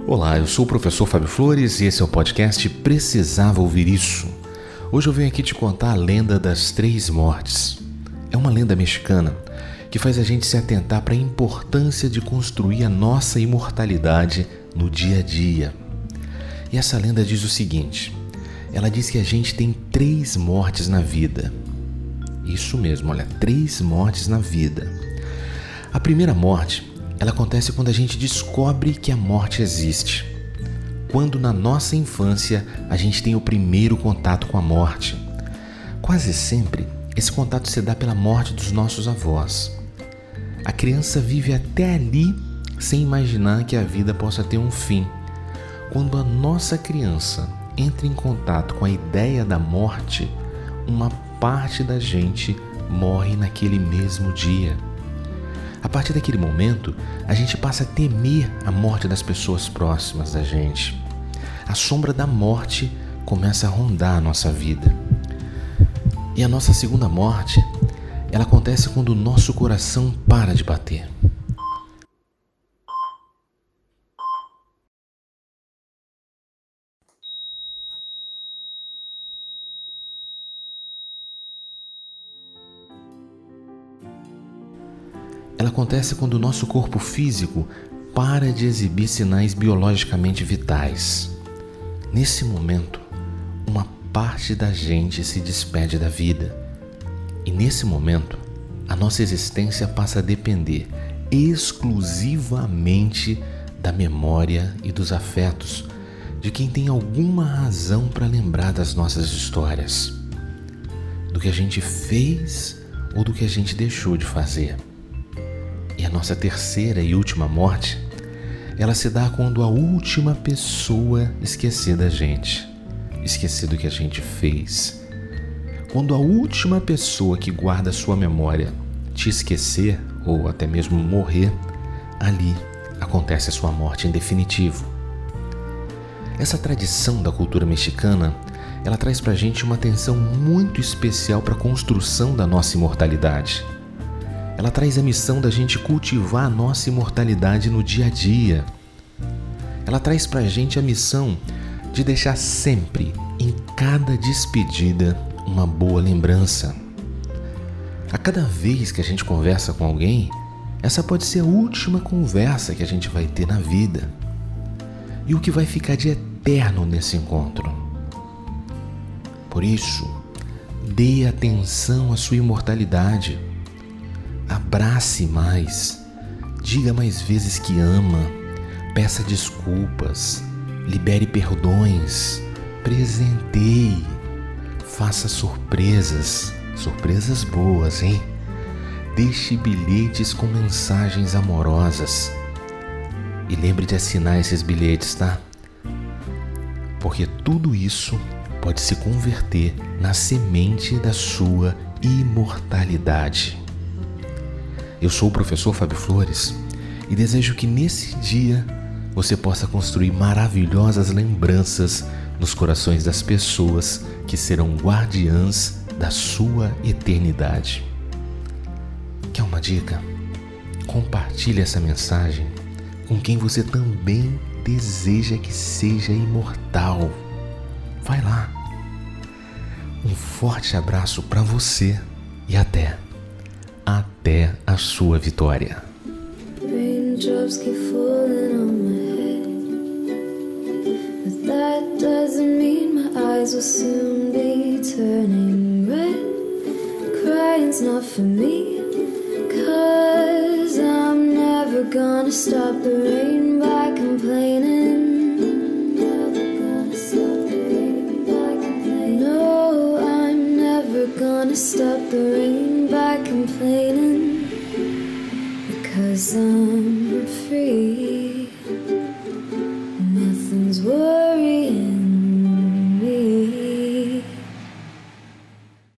Olá, eu sou o professor Fábio Flores e esse é o podcast Precisava Ouvir Isso. Hoje eu venho aqui te contar a lenda das 3 mortes. É uma lenda mexicana que faz a gente se atentar para a importância de construir a nossa imortalidade no dia a dia. E essa lenda diz o seguinte, ela diz que a gente tem 3 mortes na vida. Isso mesmo, olha, 3 mortes na vida. A primeira morte, ela acontece quando a gente descobre que a morte existe. Quando na nossa infância a gente tem o primeiro contato com a morte. Quase sempre, esse contato se dá pela morte dos nossos avós. A criança vive até ali sem imaginar que a vida possa ter um fim. Quando a nossa criança entra em contato com a ideia da morte, uma parte da gente morre naquele mesmo dia. A partir daquele momento, a gente passa a temer a morte das pessoas próximas da gente. A sombra da morte começa a rondar a nossa vida. E a nossa segunda morte, ela acontece quando o nosso coração para de bater. Ela acontece quando o nosso corpo físico para de exibir sinais biologicamente vitais. Nesse momento, uma parte da gente se despede da vida. E nesse momento, a nossa existência passa a depender exclusivamente da memória e dos afetos de quem tem alguma razão para lembrar das nossas histórias, do que a gente fez ou do que a gente deixou de fazer. E a nossa terceira e última morte, ela se dá quando a última pessoa esquecer da gente, esquecer do que a gente fez. Quando a última pessoa que guarda a sua memória te esquecer ou até mesmo morrer, ali acontece a sua morte em definitivo. Essa tradição da cultura mexicana, ela traz pra gente uma atenção muito especial para a construção da nossa imortalidade. Ela traz a missão da gente cultivar a nossa imortalidade no dia a dia. Ela traz pra gente a missão de deixar sempre, em cada despedida, uma boa lembrança. A cada vez que a gente conversa com alguém, essa pode ser a última conversa que a gente vai ter na vida. E o que vai ficar de eterno nesse encontro. Por isso, dê atenção à sua imortalidade. Abrace mais, diga mais vezes que ama, peça desculpas, libere perdões, presenteie, faça surpresas boas, hein? Deixe bilhetes com mensagens amorosas e lembre de assinar esses bilhetes, tá? Porque tudo isso pode se converter na semente da sua imortalidade. Eu sou o professor Fábio Flores e desejo que nesse dia você possa construir maravilhosas lembranças nos corações das pessoas que serão guardiãs da sua eternidade. Quer uma dica? Compartilhe essa mensagem com quem você também deseja que seja imortal. Vai lá. Um forte abraço para você e até a sua vitória. Raindrops keep falling on my head, but that doesn't mean my eyes will soon be turning red. Crying's not for me, 'cause I'm never gonna stop the rain by complaining. Never gonna stop the rain by complaining. No, I'm never gonna stop the rain by complaining, because I'm free.